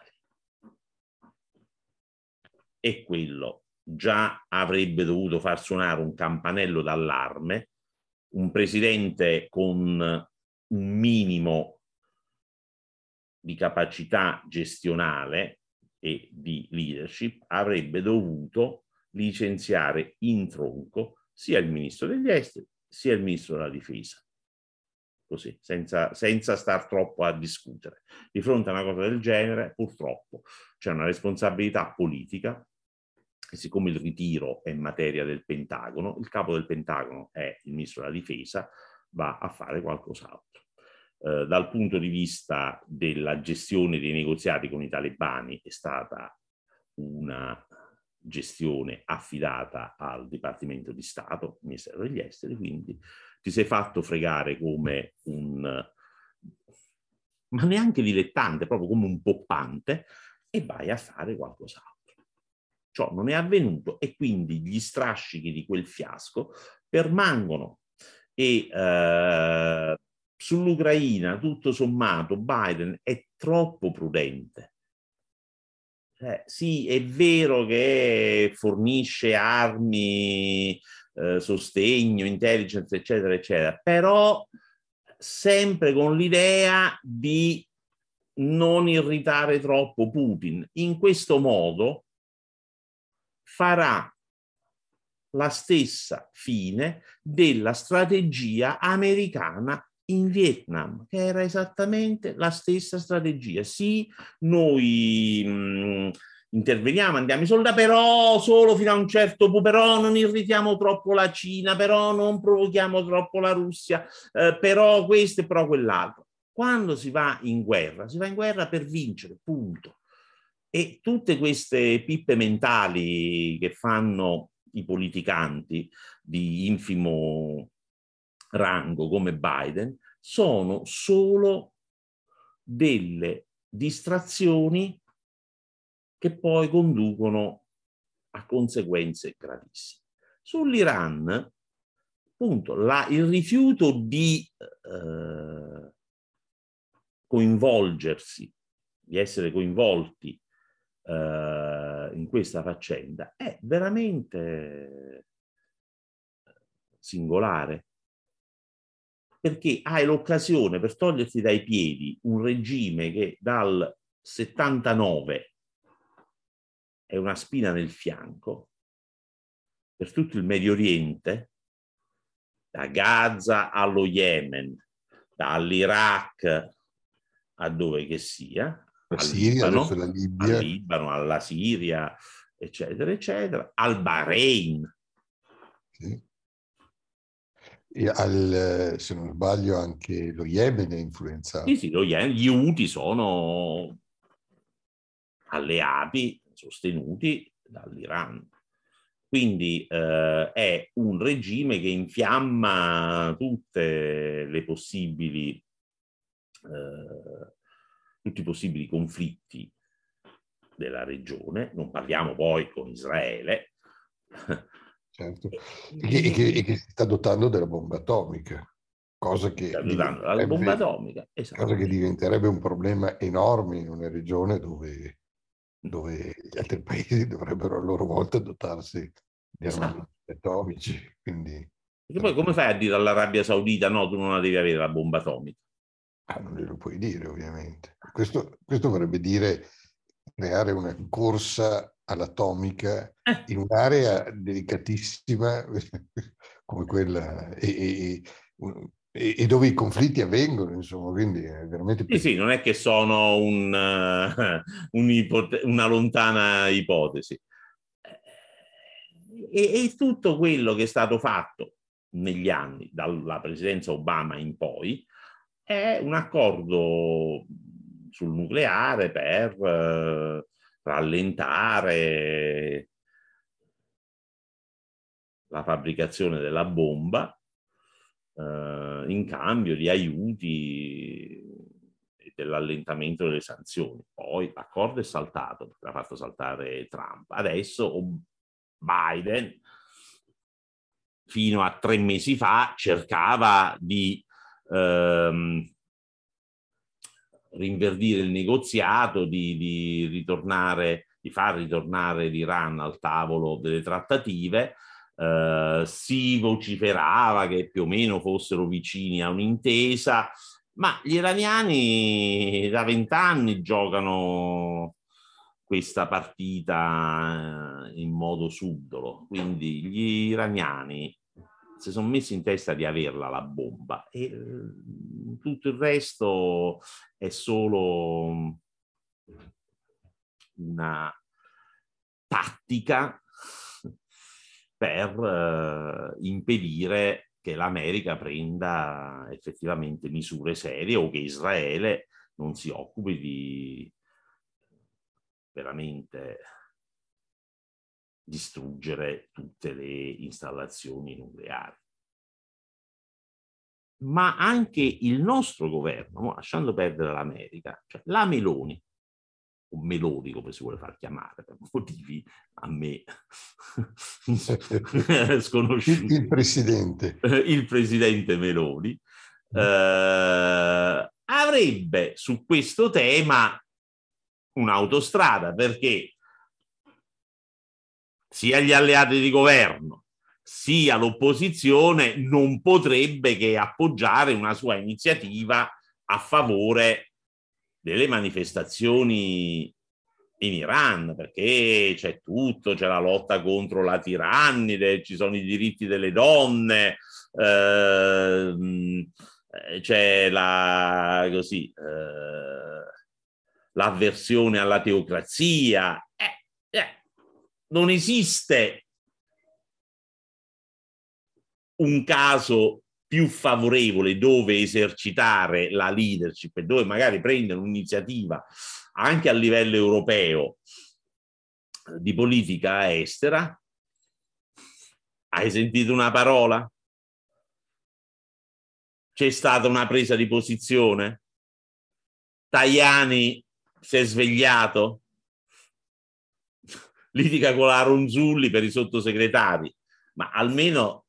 E quello già avrebbe dovuto far suonare un campanello d'allarme. Un presidente con un minimo di capacità gestionale e di leadership avrebbe dovuto licenziare in tronco sia il ministro degli esteri sia il ministro della difesa. così, senza, senza star troppo a discutere. Di fronte a una cosa del genere, purtroppo, c'è una responsabilità politica, e siccome il ritiro è materia del Pentagono, il capo del Pentagono è il ministro della difesa, va a fare qualcos'altro. Eh, dal punto di vista della gestione dei negoziati con i talebani è stata una gestione affidata al Dipartimento di Stato, Ministero degli Esteri, quindi ti sei fatto fregare come un, ma neanche dilettante, proprio come un poppante, e vai a fare qualcos'altro. Ciò non è avvenuto e quindi gli strascichi di quel fiasco permangono e eh, sull'Ucraina, tutto sommato, Biden è troppo prudente. Eh, sì, è vero che fornisce armi, eh, sostegno, intelligence, eccetera, eccetera, però sempre con l'idea di non irritare troppo Putin. In questo modo farà la stessa fine della strategia americana in Vietnam, che era esattamente la stessa strategia. Sì, noi mh, interveniamo, andiamo in soldati, però solo fino a un certo punto, però non irritiamo troppo la Cina, però non provochiamo troppo la Russia, eh, però questo e però quell'altro. Quando si va in guerra, si va in guerra per vincere, punto. E tutte queste pippe mentali che fanno i politicanti di infimo rango come Biden sono solo delle distrazioni che poi conducono a conseguenze gravissime. Sull'Iran, appunto, la, il rifiuto di eh, coinvolgersi, di essere coinvolti eh, in questa faccenda è veramente singolare, perché hai l'occasione per toglierti dai piedi un regime che dal settantanove è una spina nel fianco per tutto il Medio Oriente, da Gaza allo Yemen, dall'Iraq a dove che sia, al Siria, adesso Libano, la al Libia. Libano, alla Siria, eccetera, eccetera, al Bahrain. Sì. E al, se non sbaglio, anche lo Yemen è influenzato. Sì, sì, lo Yemen, gli Houthi sono alleati sostenuti dall'Iran. Quindi eh, è un regime che infiamma tutte le possibili, eh, tutti i possibili conflitti della regione. Non parliamo poi con Israele. Certo. E che, e che, e che si sta dotando della bomba atomica, cosa che, la bomba atomica, cosa che diventerebbe un problema enorme in una regione dove, dove gli altri paesi dovrebbero a loro volta dotarsi di armamenti esatto. atomici. Quindi, perché poi come fai a dire all'Arabia Saudita no, tu non la devi avere la bomba atomica? Ah, non glielo puoi dire, ovviamente. Questo, questo vorrebbe dire creare una corsa all'atomica eh. in un'area delicatissima come quella e, e, e dove i conflitti avvengono, insomma, quindi è veramente... Sì, sì, non è che sono un, uh, un una lontana ipotesi. E, e tutto quello che è stato fatto negli anni, dalla presidenza Obama in poi, è un accordo sul nucleare per uh, rallentare la fabbricazione della bomba uh, in cambio di aiuti e dell'allentamento delle sanzioni. Poi l'accordo è saltato, l'ha fatto saltare Trump. Adesso Biden, fino a tre mesi fa, cercava di ehm, rinverdire il negoziato, di, di ritornare, di far ritornare l'Iran al tavolo delle trattative. Eh, si vociferava che più o meno fossero vicini a un'intesa, ma gli iraniani da vent'anni giocano questa partita in modo subdolo, quindi gli iraniani si sono messi in testa di averla la bomba e tutto il resto è solo una tattica per eh, impedire che l'America prenda effettivamente misure serie o che Israele non si occupi di veramente distruggere tutte le installazioni nucleari. Ma anche il nostro governo, lasciando perdere l'America, cioè la Meloni, o Meloni come si vuole far chiamare, per motivi a me sconosciuti, il, il presidente. il presidente Meloni, eh, avrebbe su questo tema un'autostrada, perché sia gli alleati di governo sia l'opposizione non potrebbe che appoggiare una sua iniziativa a favore delle manifestazioni in Iran, perché c'è tutto, c'è la lotta contro la tirannide, ci sono i diritti delle donne, eh, c'è la così eh, l'avversione alla teocrazia. Eh, eh, non esiste un caso più favorevole dove esercitare la leadership e dove magari prendere un'iniziativa anche a livello europeo di politica estera. Hai sentito una parola? C'è stata una presa di posizione? Tajani si è svegliato? Litiga con la Ronzulli per i sottosegretari, ma almeno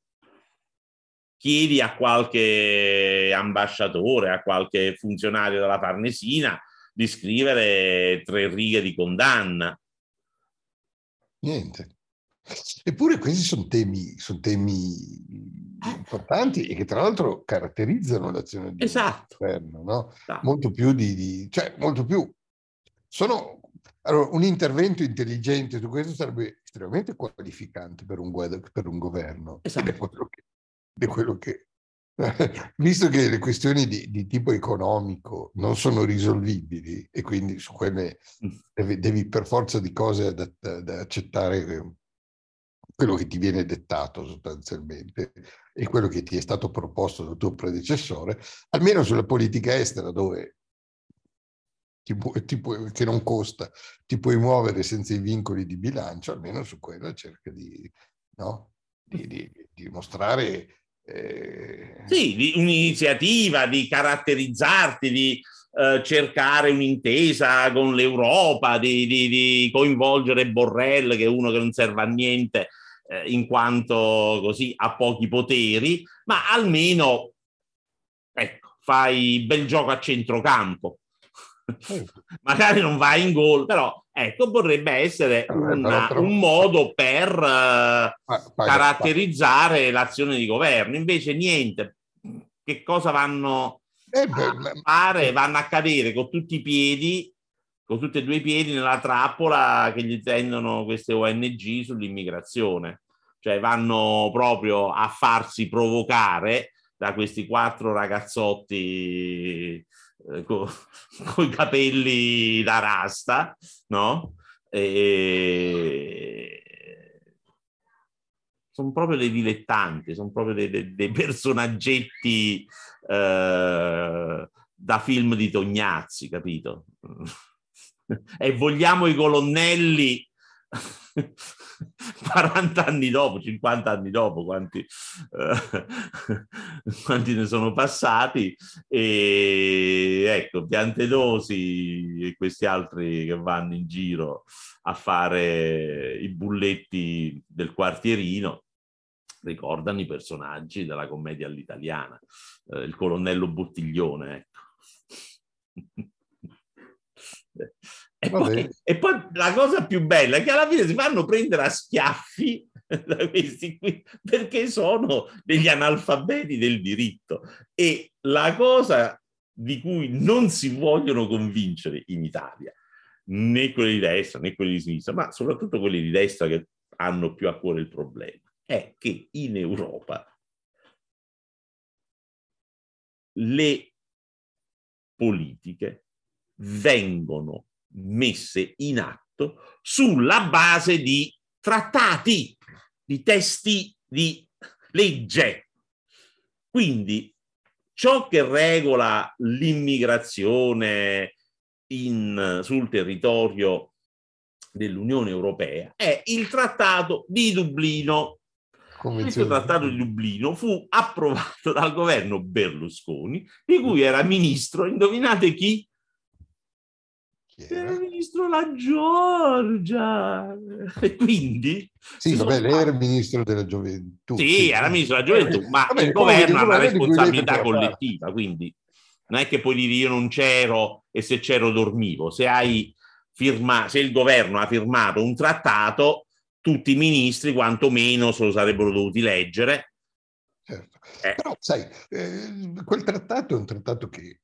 chiedi a qualche ambasciatore, a qualche funzionario della Farnesina di scrivere tre righe di condanna. Niente. Eppure questi sono temi, sono temi importanti e che tra l'altro caratterizzano l'azione del esatto. governo, no? Esatto. Molto più di, di cioè molto più sono allora, un intervento intelligente su questo sarebbe estremamente qualificante per un, per un governo. Esatto. Ed è quello che, è quello che visto che le questioni di, di tipo economico non sono risolvibili e quindi su quelle devi, devi per forza di cose da, da, da accettare quello che ti viene dettato sostanzialmente e quello che ti è stato proposto dal tuo predecessore, almeno sulla politica estera dove ti pu- ti pu- che non costa, ti puoi muovere senza i vincoli di bilancio, almeno su quella cerca di, no? di, di, di mostrare Eh... Sì, di un'iniziativa, di caratterizzarti, di eh, cercare un'intesa con l'Europa, di, di, di coinvolgere Borrell, che è uno che non serve a niente eh, in quanto così ha pochi poteri, ma almeno ecco, fai bel gioco a centrocampo. Magari non vai in gol, però ecco, potrebbe essere una, però, però, un modo per uh, paga, caratterizzare paga. l'azione di governo. Invece niente, che cosa vanno eh, beh, a fare? Vanno a cadere con tutti i piedi, con tutti e due i piedi nella trappola che gli tendono queste O N G sull'immigrazione. Cioè vanno proprio a farsi provocare da questi quattro ragazzotti con i capelli da rasta, no? E... sono proprio dei dilettanti, sono proprio dei, dei, dei personaggetti eh, da film di Tognazzi, capito? E vogliamo i colonnelli quaranta anni dopo, cinquanta anni dopo, quanti, eh, quanti ne sono passati, e ecco, Piantedosi e questi altri che vanno in giro a fare i bulletti del quartierino ricordano i personaggi della commedia all'italiana, eh, il colonnello Bottiglione, ecco. E poi, e poi la cosa più bella è che alla fine si fanno prendere a schiaffi da questi qui perché sono degli analfabeti del diritto. E la cosa di cui non si vogliono convincere in Italia, né quelli di destra né quelli di sinistra, ma soprattutto quelli di destra che hanno più a cuore il problema, è che in Europa le politiche vengono messe in atto sulla base di trattati, di testi di legge. Quindi ciò che regola l'immigrazione in, sul territorio dell'Unione Europea è il Trattato di Dublino. Questo Trattato di Dublino fu approvato dal governo Berlusconi, di cui era ministro, indovinate chi? Chi era? Era ministro la Giorgia. E quindi... Sì, vabbè, lei era ministro della gioventù. Sì, sì, era ministro della gioventù, ma vabbè, il governo ha una responsabilità collettiva, quindi non è che puoi dire io non c'ero e se c'ero dormivo. Se hai firma, se il governo ha firmato un trattato, tutti i ministri quantomeno se lo sarebbero dovuti leggere. Certo. Eh. Però sai, eh, quel trattato è un trattato che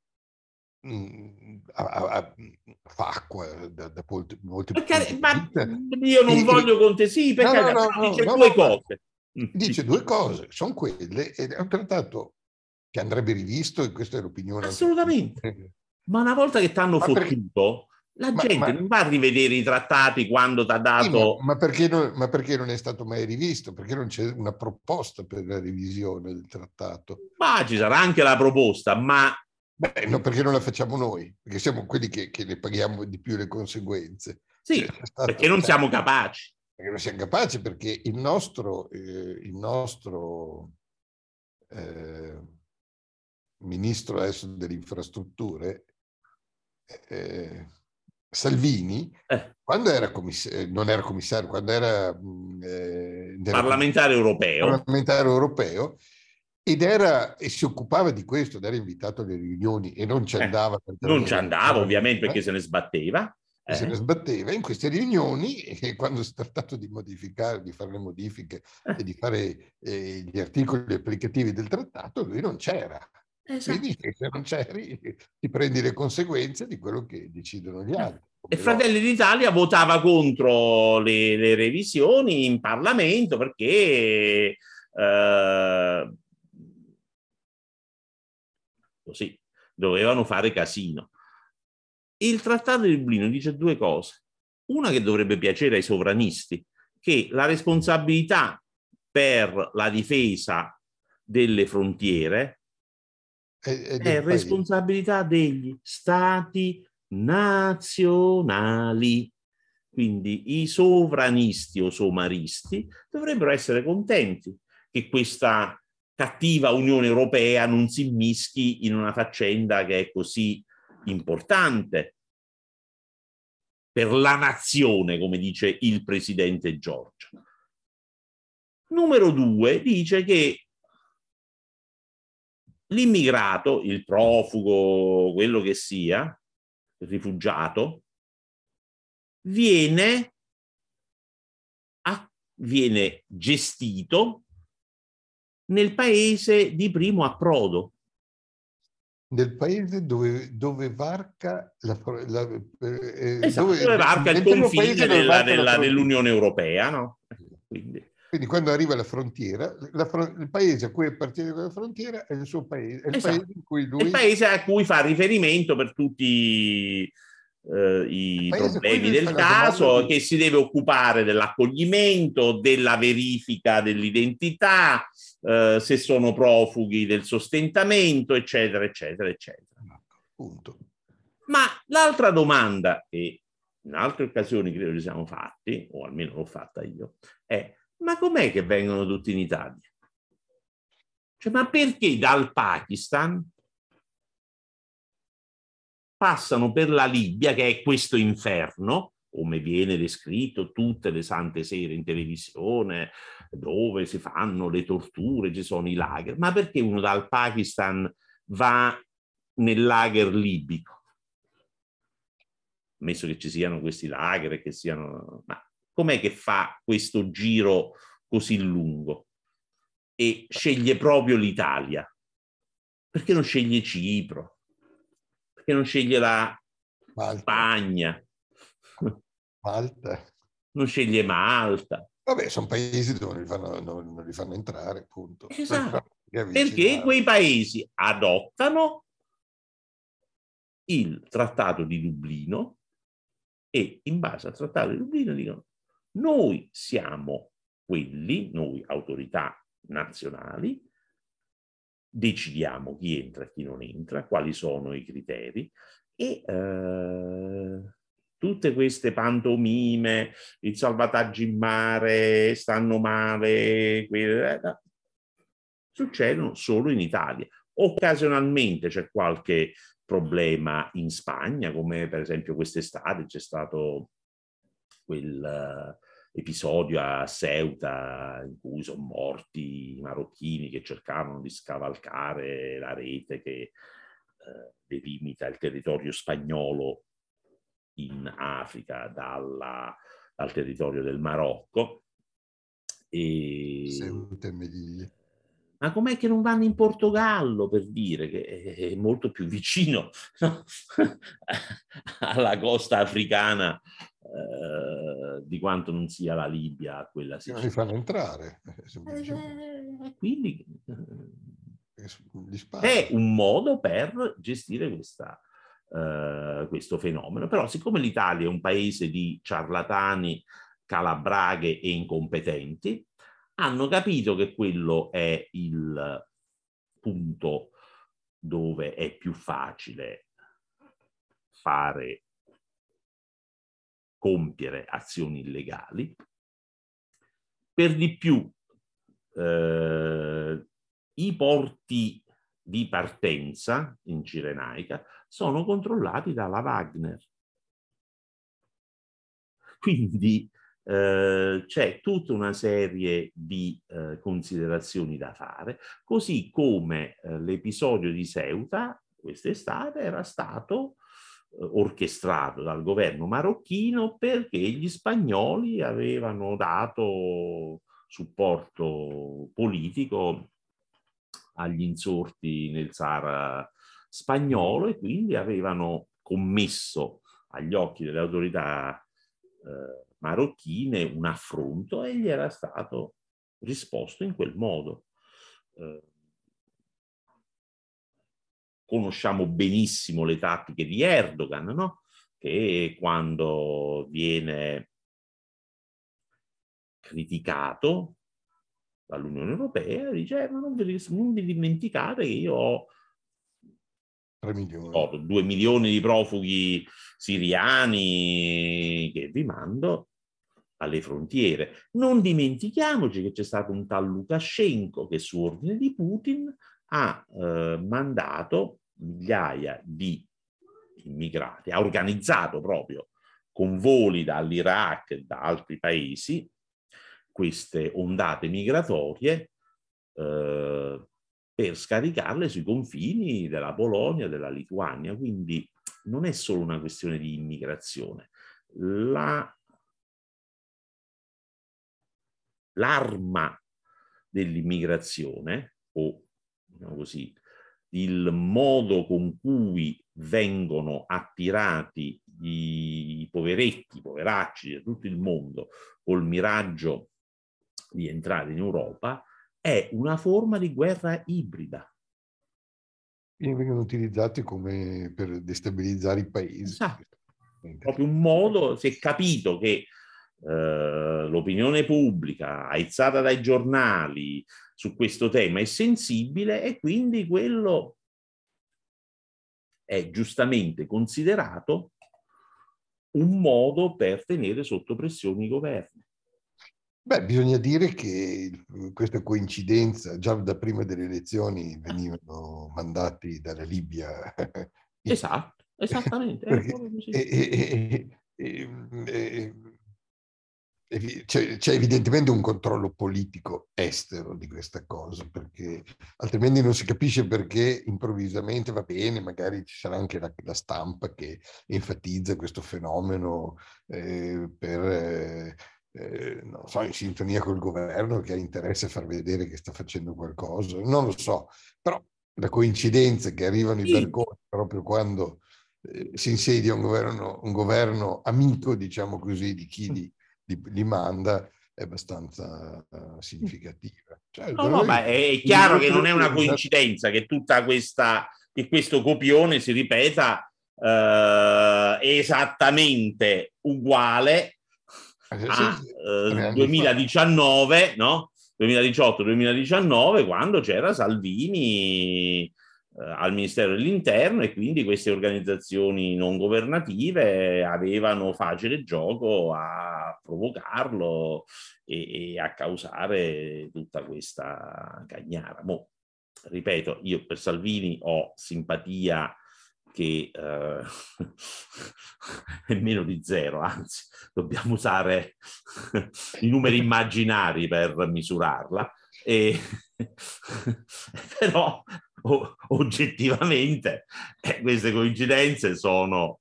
mh, ha, ha, fa acqua da, da molti, molti perché, ma io non e, voglio con te, sì, perché no, no, no, dice no, due no, cose. Dice due cose, sono quelle, ed è un trattato che andrebbe rivisto, e questa è l'opinione. Assolutamente. Ma una volta che ti hanno fottuto, la ma, gente ma, non va a rivedere i trattati quando ti ha dato... Sì, ma, ma, perché non, ma perché non è stato mai rivisto? Perché non c'è una proposta per la revisione del trattato? Ma ci sarà anche la proposta, ma... Beh, no, perché non la facciamo noi? Perché siamo quelli che, che ne paghiamo di più le conseguenze. Sì, cioè, stato, perché non siamo capaci. Perché non siamo capaci, perché il nostro, eh, il nostro eh, ministro adesso delle infrastrutture, eh, Salvini, eh. quando era commissario, non era commissario, quando era eh, parlamentare europeo, parlamentare europeo, ed era e si occupava di questo, ed era invitato alle riunioni e non ci andava. Eh, non ci andava ovviamente perché se ne sbatteva. E eh. se ne sbatteva in queste riunioni, e quando si è trattato di modificare, di fare le modifiche eh. e di fare eh, gli articoli applicativi del trattato, lui non c'era. Esatto. Quindi se non c'eri ti prendi le conseguenze di quello che decidono gli altri. E Fratelli d'Italia votava contro le, le revisioni in Parlamento perché eh, così dovevano fare casino. Il Trattato di Dublino dice due cose. Una che dovrebbe piacere ai sovranisti, che la responsabilità per la difesa delle frontiere è, è responsabilità degli stati nazionali. Quindi i sovranisti o somaristi dovrebbero essere contenti che questa cattiva Unione Europea non si immischi in una faccenda che è così importante per la nazione, come dice il presidente Giorgia. Numero due dice che l'immigrato, il profugo, quello che sia, il rifugiato, viene, a, viene gestito nel paese di primo approdo. Nel paese dove, dove varca la, la, eh, esatto, dove, dove varca il confine della, della, dell'Unione Europea, no? Quindi. Quindi quando arriva alla frontiera, la, il paese a cui appartiene la frontiera è il suo paese, è il esatto. paese in cui lui... Il paese a cui fa riferimento per tutti eh, i problemi del caso, di... che si deve occupare dell'accoglimento, della verifica dell'identità, eh, se sono profughi del sostentamento, eccetera, eccetera, eccetera. Punto. Ma l'altra domanda che in altre occasioni credo ci siamo fatti, o almeno l'ho fatta io, è: ma com'è che vengono tutti in Italia? Cioè, ma perché dal Pakistan passano per la Libia, che è questo inferno, come viene descritto tutte le sante sere in televisione, dove si fanno le torture, ci sono i lager, ma perché uno dal Pakistan va nel lager libico? Ammesso che ci siano questi lager e che siano... Ma com'è che fa questo giro così lungo e sceglie proprio l'Italia? Perché non sceglie Cipro? Perché non sceglie la Malta. Spagna? Malta. Non sceglie Malta? Vabbè, sono paesi dove non li fanno, non, non li fanno entrare, appunto. Esatto. Perché quei paesi adottano il Trattato di Dublino e in base al Trattato di Dublino dicono: noi siamo quelli, noi autorità nazionali, decidiamo chi entra e chi non entra, quali sono i criteri, e eh, tutte queste pantomime, i salvataggi in mare, stanno male, eh, succedono solo in Italia. Occasionalmente c'è qualche problema in Spagna, come per esempio quest'estate c'è stato quel uh, episodio a Ceuta in cui sono morti i marocchini che cercavano di scavalcare la rete che uh, delimita il territorio spagnolo in Africa dalla, dal territorio del Marocco. E... Ceuta e Melilla. Ma com'è che non vanno in Portogallo, per dire, che è molto più vicino, no? alla costa africana eh, di quanto non sia la Libia a quella Sicilia? Non li fanno entrare. Eh, quindi eh, è un modo per gestire questa, eh, questo fenomeno. Però siccome l'Italia è un paese di ciarlatani, calabraghe e incompetenti, hanno capito che quello è il punto dove è più facile fare, compiere azioni illegali. Per di più, eh, i porti di partenza in Cirenaica sono controllati dalla Wagner. Quindi Uh, c'è tutta una serie di uh, considerazioni da fare, così come uh, l'episodio di Ceuta quest'estate era stato uh, orchestrato dal governo marocchino perché gli spagnoli avevano dato supporto politico agli insorti nel Sahara spagnolo e quindi avevano commesso agli occhi delle autorità uh, marocchine un affronto e gli era stato risposto in quel modo. Eh, conosciamo benissimo le tattiche di Erdogan, no? Che quando viene criticato dall'Unione Europea dice: ma non vi, non vi dimenticate che io ho tre milioni. due milioni di profughi siriani che vi mando alle frontiere. Non dimentichiamoci che c'è stato un tal Lukashenko che su ordine di Putin ha eh, mandato migliaia di immigrati, ha organizzato proprio con voli dall'Iraq e da altri paesi queste ondate migratorie eh, per scaricarle sui confini della Polonia, della Lituania. Quindi non è solo una questione di immigrazione. La L'arma dell'immigrazione, o diciamo così, il modo con cui vengono attirati i poveretti, i poveracci di tutto il mondo col miraggio di entrare in Europa, è una forma di guerra ibrida. Quindi vengono utilizzati come per destabilizzare i paesi. Esatto. Proprio un modo, si è capito che Uh, l'opinione pubblica aizzata dai giornali su questo tema è sensibile e quindi quello è giustamente considerato un modo per tenere sotto pressione i governi. Beh, bisogna dire che questa coincidenza già da prima delle elezioni venivano mandati dalla Libia. Esatto, esattamente. Perché, e, e, e, e, C'è, c'è evidentemente un controllo politico estero di questa cosa, perché altrimenti non si capisce perché improvvisamente va bene, magari ci sarà anche la, la stampa che enfatizza questo fenomeno eh, per, eh, eh, non so, in sintonia col governo che ha interesse a far vedere che sta facendo qualcosa, non lo so, però la coincidenza che arrivano i barconi proprio quando eh, si insedia un governo, un governo amico, diciamo così, di chi li Li, li manda è abbastanza uh, significativa. Cioè, no, no, ma è, è chiaro che non è una coincidenza che tutta questa, che questo copione si ripeta eh, esattamente uguale a eh, duemiladiciannove, no? duemiladiciotto duemiladiciannove, quando c'era Salvini al Ministero dell'Interno, e quindi queste organizzazioni non governative avevano facile gioco a provocarlo e, e a causare tutta questa cagnara. Mo, ripeto, io per Salvini ho simpatia che eh, è meno di zero, anzi dobbiamo usare i numeri immaginari per misurarla, e però o, oggettivamente eh, queste coincidenze sono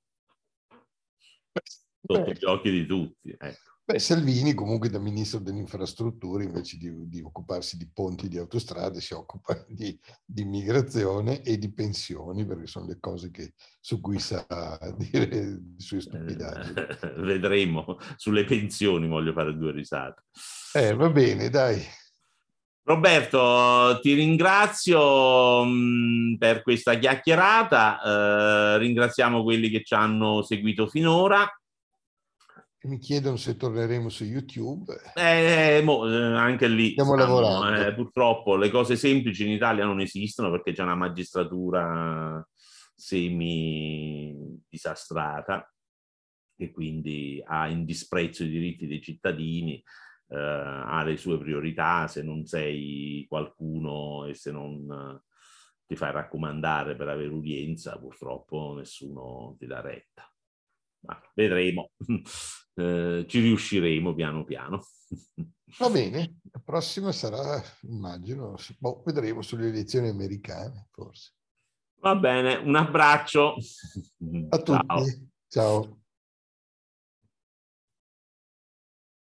sotto gli occhi di tutti. Ecco. Beh, Salvini comunque da ministro delle infrastrutture, invece di, di occuparsi di ponti, di autostrade, si occupa di, di immigrazione e di pensioni, perché sono le cose che, su cui sa dire le sue stupidaggini. Eh, vedremo. Sulle pensioni voglio fare due risate. Eh, va bene, dai. Roberto, ti ringrazio mh, per questa chiacchierata, eh, ringraziamo quelli che ci hanno seguito finora. Mi chiedono se torneremo su YouTube. Eh, mo, eh, anche lì stiamo stanno, lavorando. Eh, purtroppo le cose semplici in Italia non esistono, perché c'è una magistratura semi disastrata e quindi ha in disprezzo i diritti dei cittadini, eh, ha le sue priorità. Se non sei qualcuno e se non ti fai raccomandare per avere udienza, purtroppo nessuno ti dà retta. Ma vedremo, eh, ci riusciremo piano piano. Va bene, la prossima sarà, immagino, boh, vedremo sulle elezioni americane, forse. Va bene, un abbraccio. A Ciao. tutti, ciao.